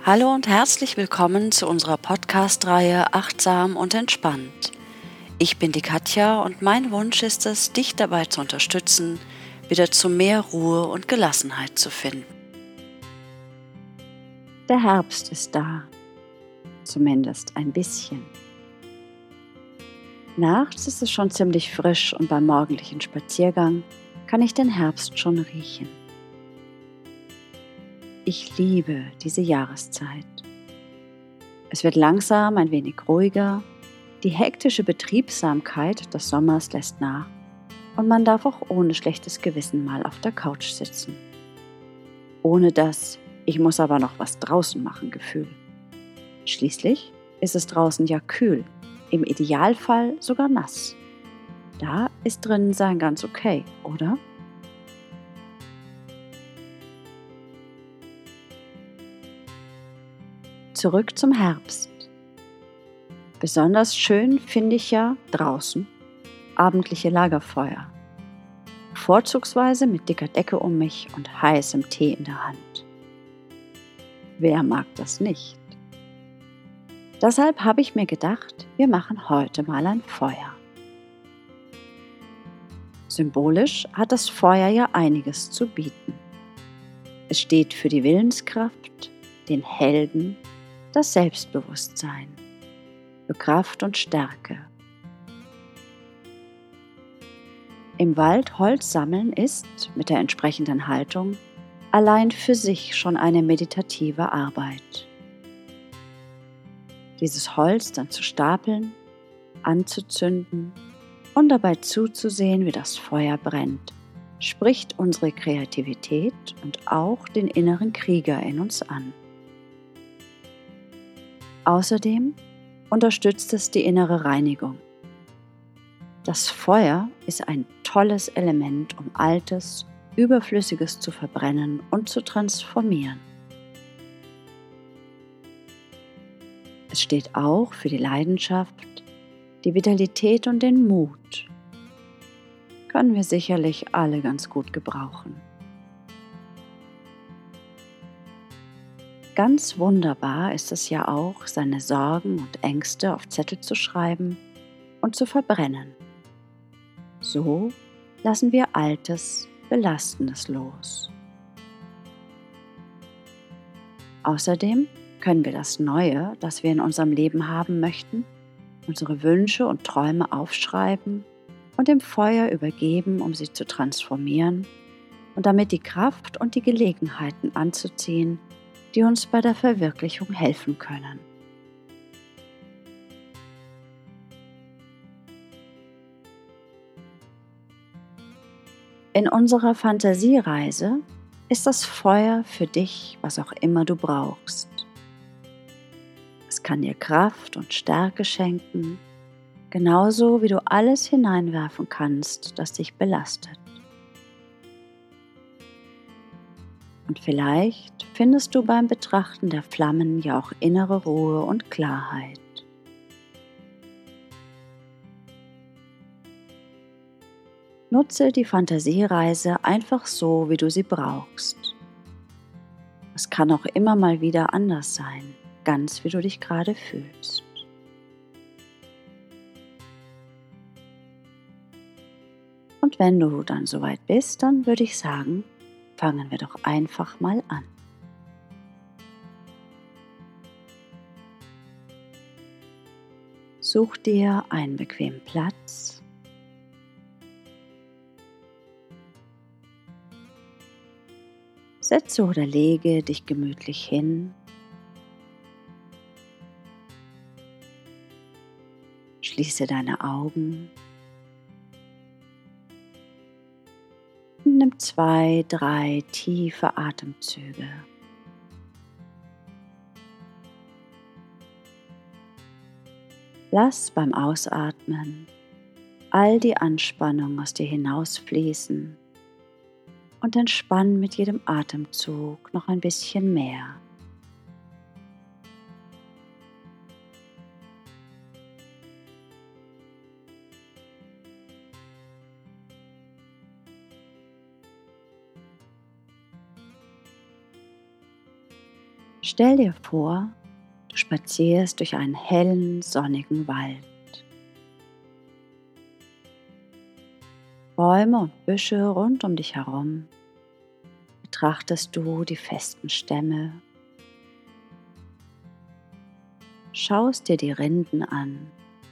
Hallo und herzlich willkommen zu unserer Podcast-Reihe Achtsam und Entspannt. Ich bin die Katja und mein Wunsch ist es, dich dabei zu unterstützen, wieder zu mehr Ruhe und Gelassenheit zu finden. Der Herbst ist da, zumindest ein bisschen. Nachts ist es schon ziemlich frisch und beim morgendlichen Spaziergang kann ich den Herbst schon riechen. Ich liebe diese Jahreszeit. Es wird langsam ein wenig ruhiger, die hektische Betriebsamkeit des Sommers lässt nach und man darf auch ohne schlechtes Gewissen mal auf der Couch sitzen. Ohne das „Ich muss aber noch was draußen machen" Gefühl. Schließlich ist es draußen ja kühl, im Idealfall sogar nass. Da ist drinnen sein ganz okay, oder? Zurück zum Herbst. Besonders schön finde ich ja draußen abendliche Lagerfeuer. Vorzugsweise mit dicker Decke um mich und heißem Tee in der Hand. Wer mag das nicht? Deshalb habe ich mir gedacht, wir machen heute mal ein Feuer. Symbolisch hat das Feuer ja einiges zu bieten. Es steht für die Willenskraft, den Helden, das Selbstbewusstsein, für Kraft und Stärke. Im Wald Holz sammeln ist, mit der entsprechenden Haltung, allein für sich schon eine meditative Arbeit. Dieses Holz dann zu stapeln, anzuzünden und dabei zuzusehen, wie das Feuer brennt, spricht unsere Kreativität und auch den inneren Krieger in uns an. Außerdem unterstützt es die innere Reinigung. Das Feuer ist ein tolles Element, um Altes, Überflüssiges zu verbrennen und zu transformieren. Es steht auch für die Leidenschaft, die Vitalität und den Mut. Können wir sicherlich alle ganz gut gebrauchen. Ganz wunderbar ist es ja auch, seine Sorgen und Ängste auf Zettel zu schreiben und zu verbrennen. So lassen wir Altes, Belastendes los. Außerdem können wir das Neue, das wir in unserem Leben haben möchten, unsere Wünsche und Träume aufschreiben und dem Feuer übergeben, um sie zu transformieren und damit die Kraft und die Gelegenheiten anzuziehen, die uns bei der Verwirklichung helfen können. In unserer Fantasiereise ist das Feuer für dich, was auch immer du brauchst. Es kann dir Kraft und Stärke schenken, genauso wie du alles hineinwerfen kannst, das dich belastet. Und vielleicht findest du beim Betrachten der Flammen ja auch innere Ruhe und Klarheit. Nutze die Fantasiereise einfach so, wie du sie brauchst. Es kann auch immer mal wieder anders sein, ganz wie du dich gerade fühlst. Und wenn du dann soweit bist, dann würde ich sagen, fangen wir doch einfach mal an. Such dir einen bequemen Platz. Setze oder lege dich gemütlich hin. Schließe deine Augen und nimm 2, 3 tiefe Atemzüge. Lass beim Ausatmen all die Anspannung aus dir hinausfließen und entspann mit jedem Atemzug noch ein bisschen mehr. Stell dir vor, du spazierst durch einen hellen, sonnigen Wald. Bäume und Büsche rund um dich herum. Betrachtest du die festen Stämme, schaust dir die Rinden an,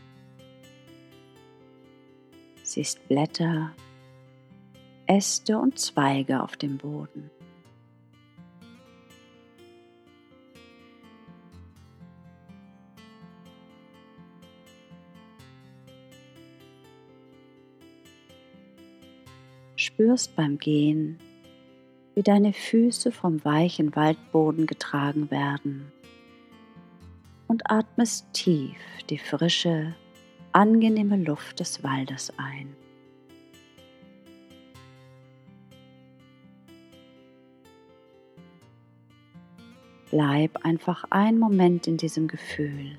siehst Blätter, Äste und Zweige auf dem Boden. Spürst beim Gehen, wie deine Füße vom weichen Waldboden getragen werden und atmest tief die frische, angenehme Luft des Waldes ein. Bleib einfach einen Moment in diesem Gefühl.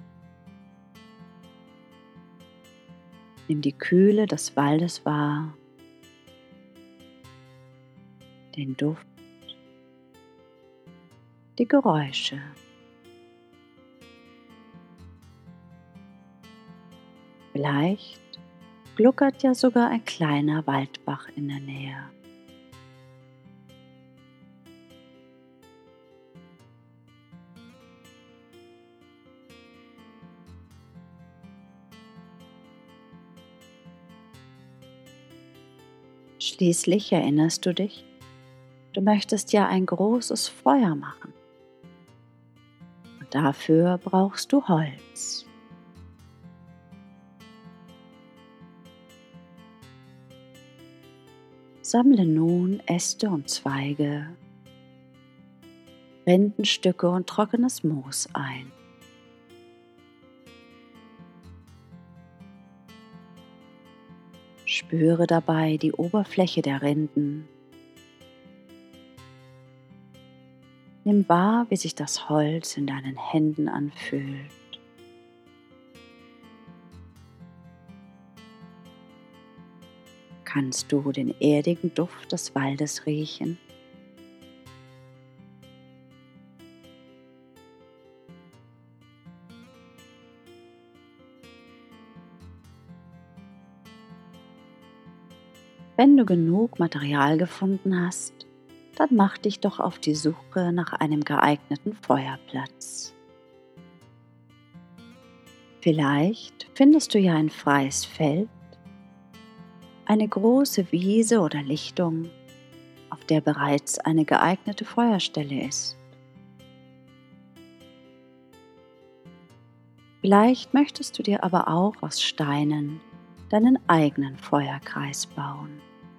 Nimm die Kühle des Waldes wahr, den Duft, die Geräusche. Vielleicht gluckert ja sogar ein kleiner Waldbach in der Nähe. Schließlich erinnerst du dich, du möchtest ja ein großes Feuer machen. Und dafür brauchst du Holz. Sammle nun Äste und Zweige, Rindenstücke und trockenes Moos ein. Spüre dabei die Oberfläche der Rinden. Nimm wahr, wie sich das Holz in deinen Händen anfühlt. Kannst du den erdigen Duft des Waldes riechen? Wenn du genug Material gefunden hast, dann mach dich doch auf die Suche nach einem geeigneten Feuerplatz. Vielleicht findest du ja ein freies Feld, eine große Wiese oder Lichtung, auf der bereits eine geeignete Feuerstelle ist. Vielleicht möchtest du dir aber auch aus Steinen deinen eigenen Feuerkreis bauen.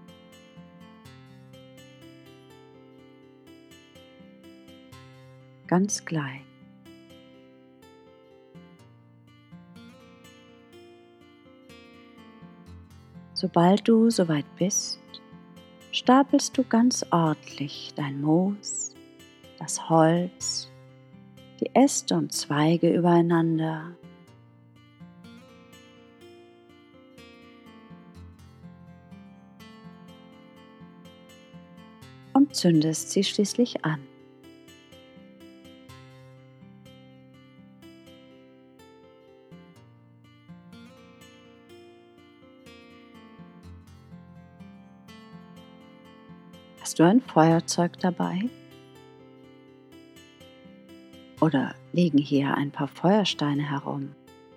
Ganz gleich. Sobald du soweit bist, stapelst du ganz ordentlich dein Moos, das Holz, die Äste und Zweige übereinander. Und zündest sie schließlich an. Hast du ein Feuerzeug dabei? Oder liegen hier ein paar Feuersteine herum?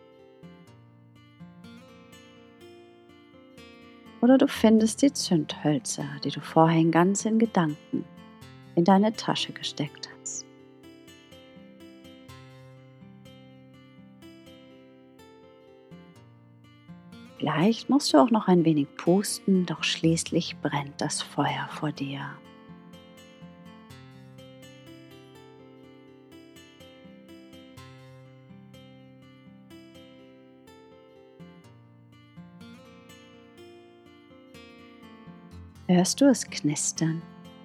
Oder du findest die Zündhölzer, die du vorhin ganz in Gedanken in deine Tasche gesteckt hast. Vielleicht musst du auch noch ein wenig pusten, doch schließlich brennt das Feuer vor dir. Hörst du es knistern?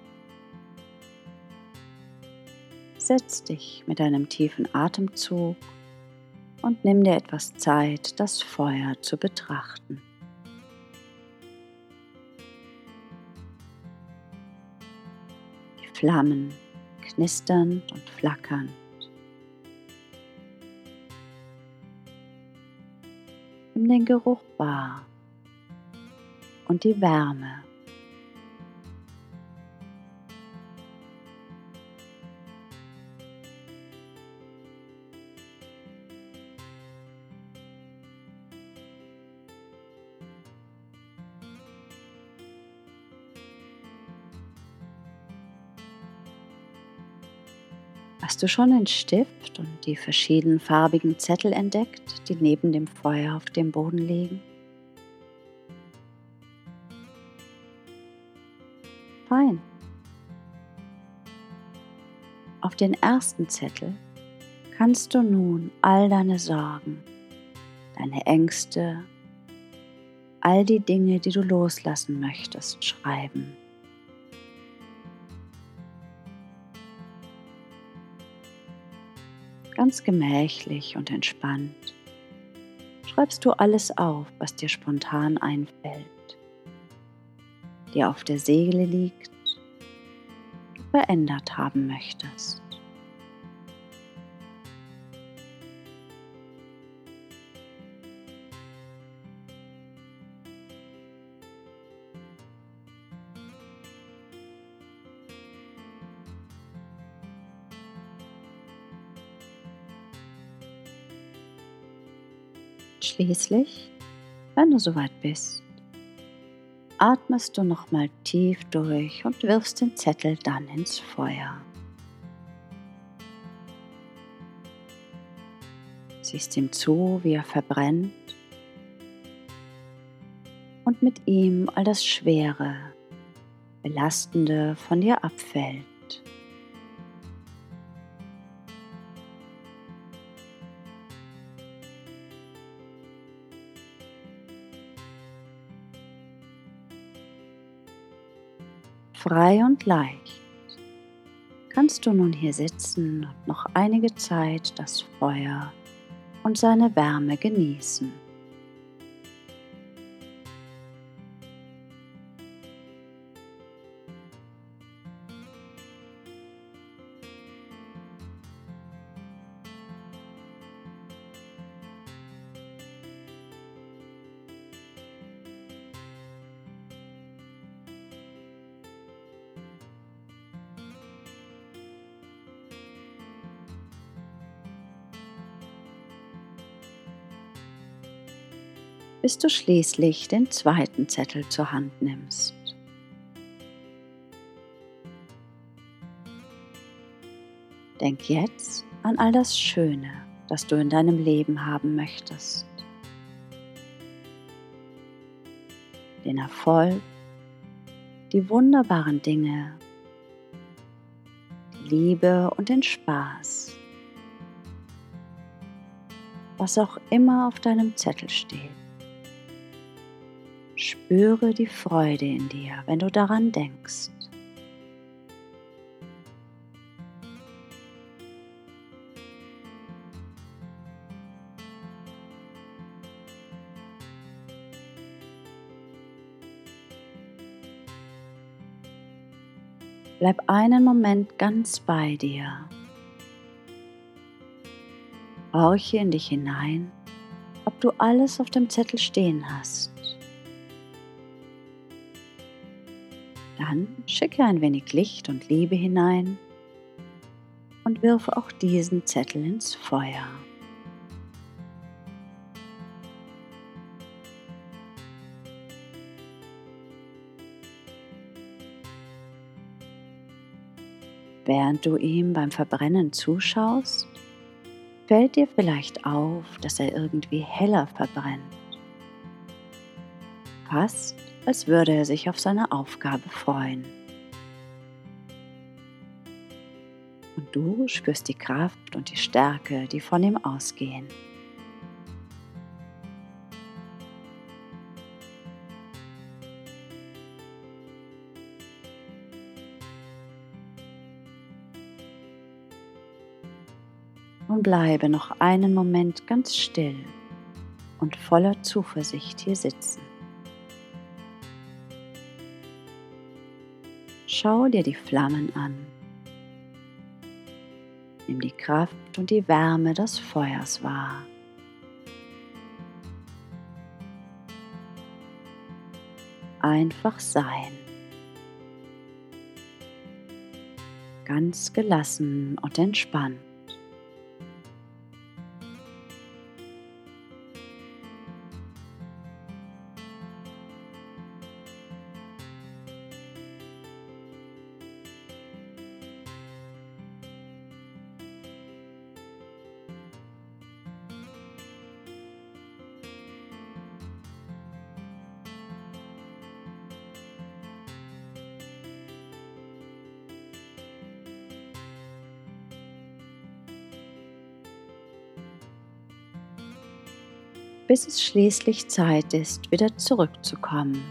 Setz dich mit einem tiefen Atemzug und nimm dir etwas Zeit, das Feuer zu betrachten. Die Flammen knistern und flackern Nimm den Geruch wahr und die Wärme. Hast du schon den Stift und die verschiedenfarbigen Zettel entdeckt, die neben dem Feuer auf dem Boden liegen? Fein. Auf den ersten Zettel kannst du nun all deine Sorgen, deine Ängste, all die Dinge, die du loslassen möchtest, schreiben. Ganz gemächlich und entspannt schreibst du alles auf, was dir spontan einfällt, dir auf der Seele liegt, du verändert haben möchtest. Schließlich, wenn du soweit bist, atmest du nochmal tief durch und wirfst den Zettel dann ins Feuer. Siehst ihm zu, wie er verbrennt und mit ihm all das Schwere, Belastende von dir abfällt. Frei und leicht kannst du nun hier sitzen und noch einige Zeit das Feuer und seine Wärme genießen. Bis du schließlich den zweiten Zettel zur Hand nimmst. Denk jetzt an all das Schöne, das du in deinem Leben haben möchtest. Den Erfolg, die wunderbaren Dinge, die Liebe und den Spaß. Was auch immer auf deinem Zettel steht. Spüre die Freude in dir, wenn du daran denkst. Bleib einen Moment ganz bei dir. Horche in dich hinein, ob du alles auf dem Zettel stehen hast. Dann schicke ein wenig Licht und Liebe hinein und wirfe auch diesen Zettel ins Feuer. Während du ihm beim Verbrennen zuschaust, fällt dir vielleicht auf, dass er irgendwie heller verbrennt. Fast, als würde er sich auf seine Aufgabe freuen. Und du spürst die Kraft und die Stärke, die von ihm ausgehen. Nun bleibe noch einen Moment ganz still und voller Zuversicht hier sitzen. Schau dir die Flammen an. Nimm die Kraft und die Wärme des Feuers wahr. einfach sein. Ganz gelassen und entspannt. Bis es schließlich Zeit ist, wieder zurückzukommen.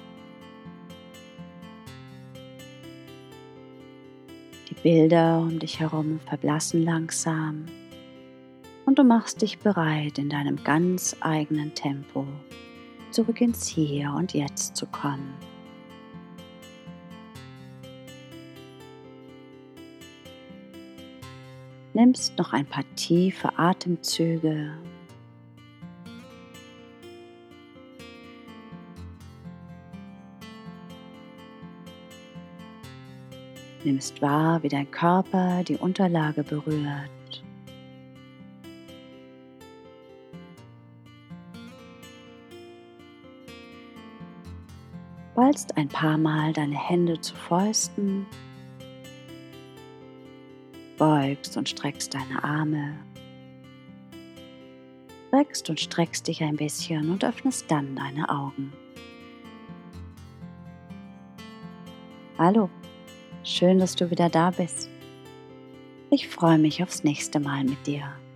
Die Bilder um dich herum verblassen langsam und du machst dich bereit, in deinem ganz eigenen Tempo zurück ins Hier und Jetzt zu kommen. Nimmst noch ein paar tiefe Atemzüge. Nimmst wahr, wie dein Körper die Unterlage berührt. Ballst ein paar Mal deine Hände zu Fäusten, beugst und streckst deine Arme, reckst und streckst dich ein bisschen und öffnest dann deine Augen. Hallo, schön, dass du wieder da bist. Ich freue mich aufs nächste Mal mit dir.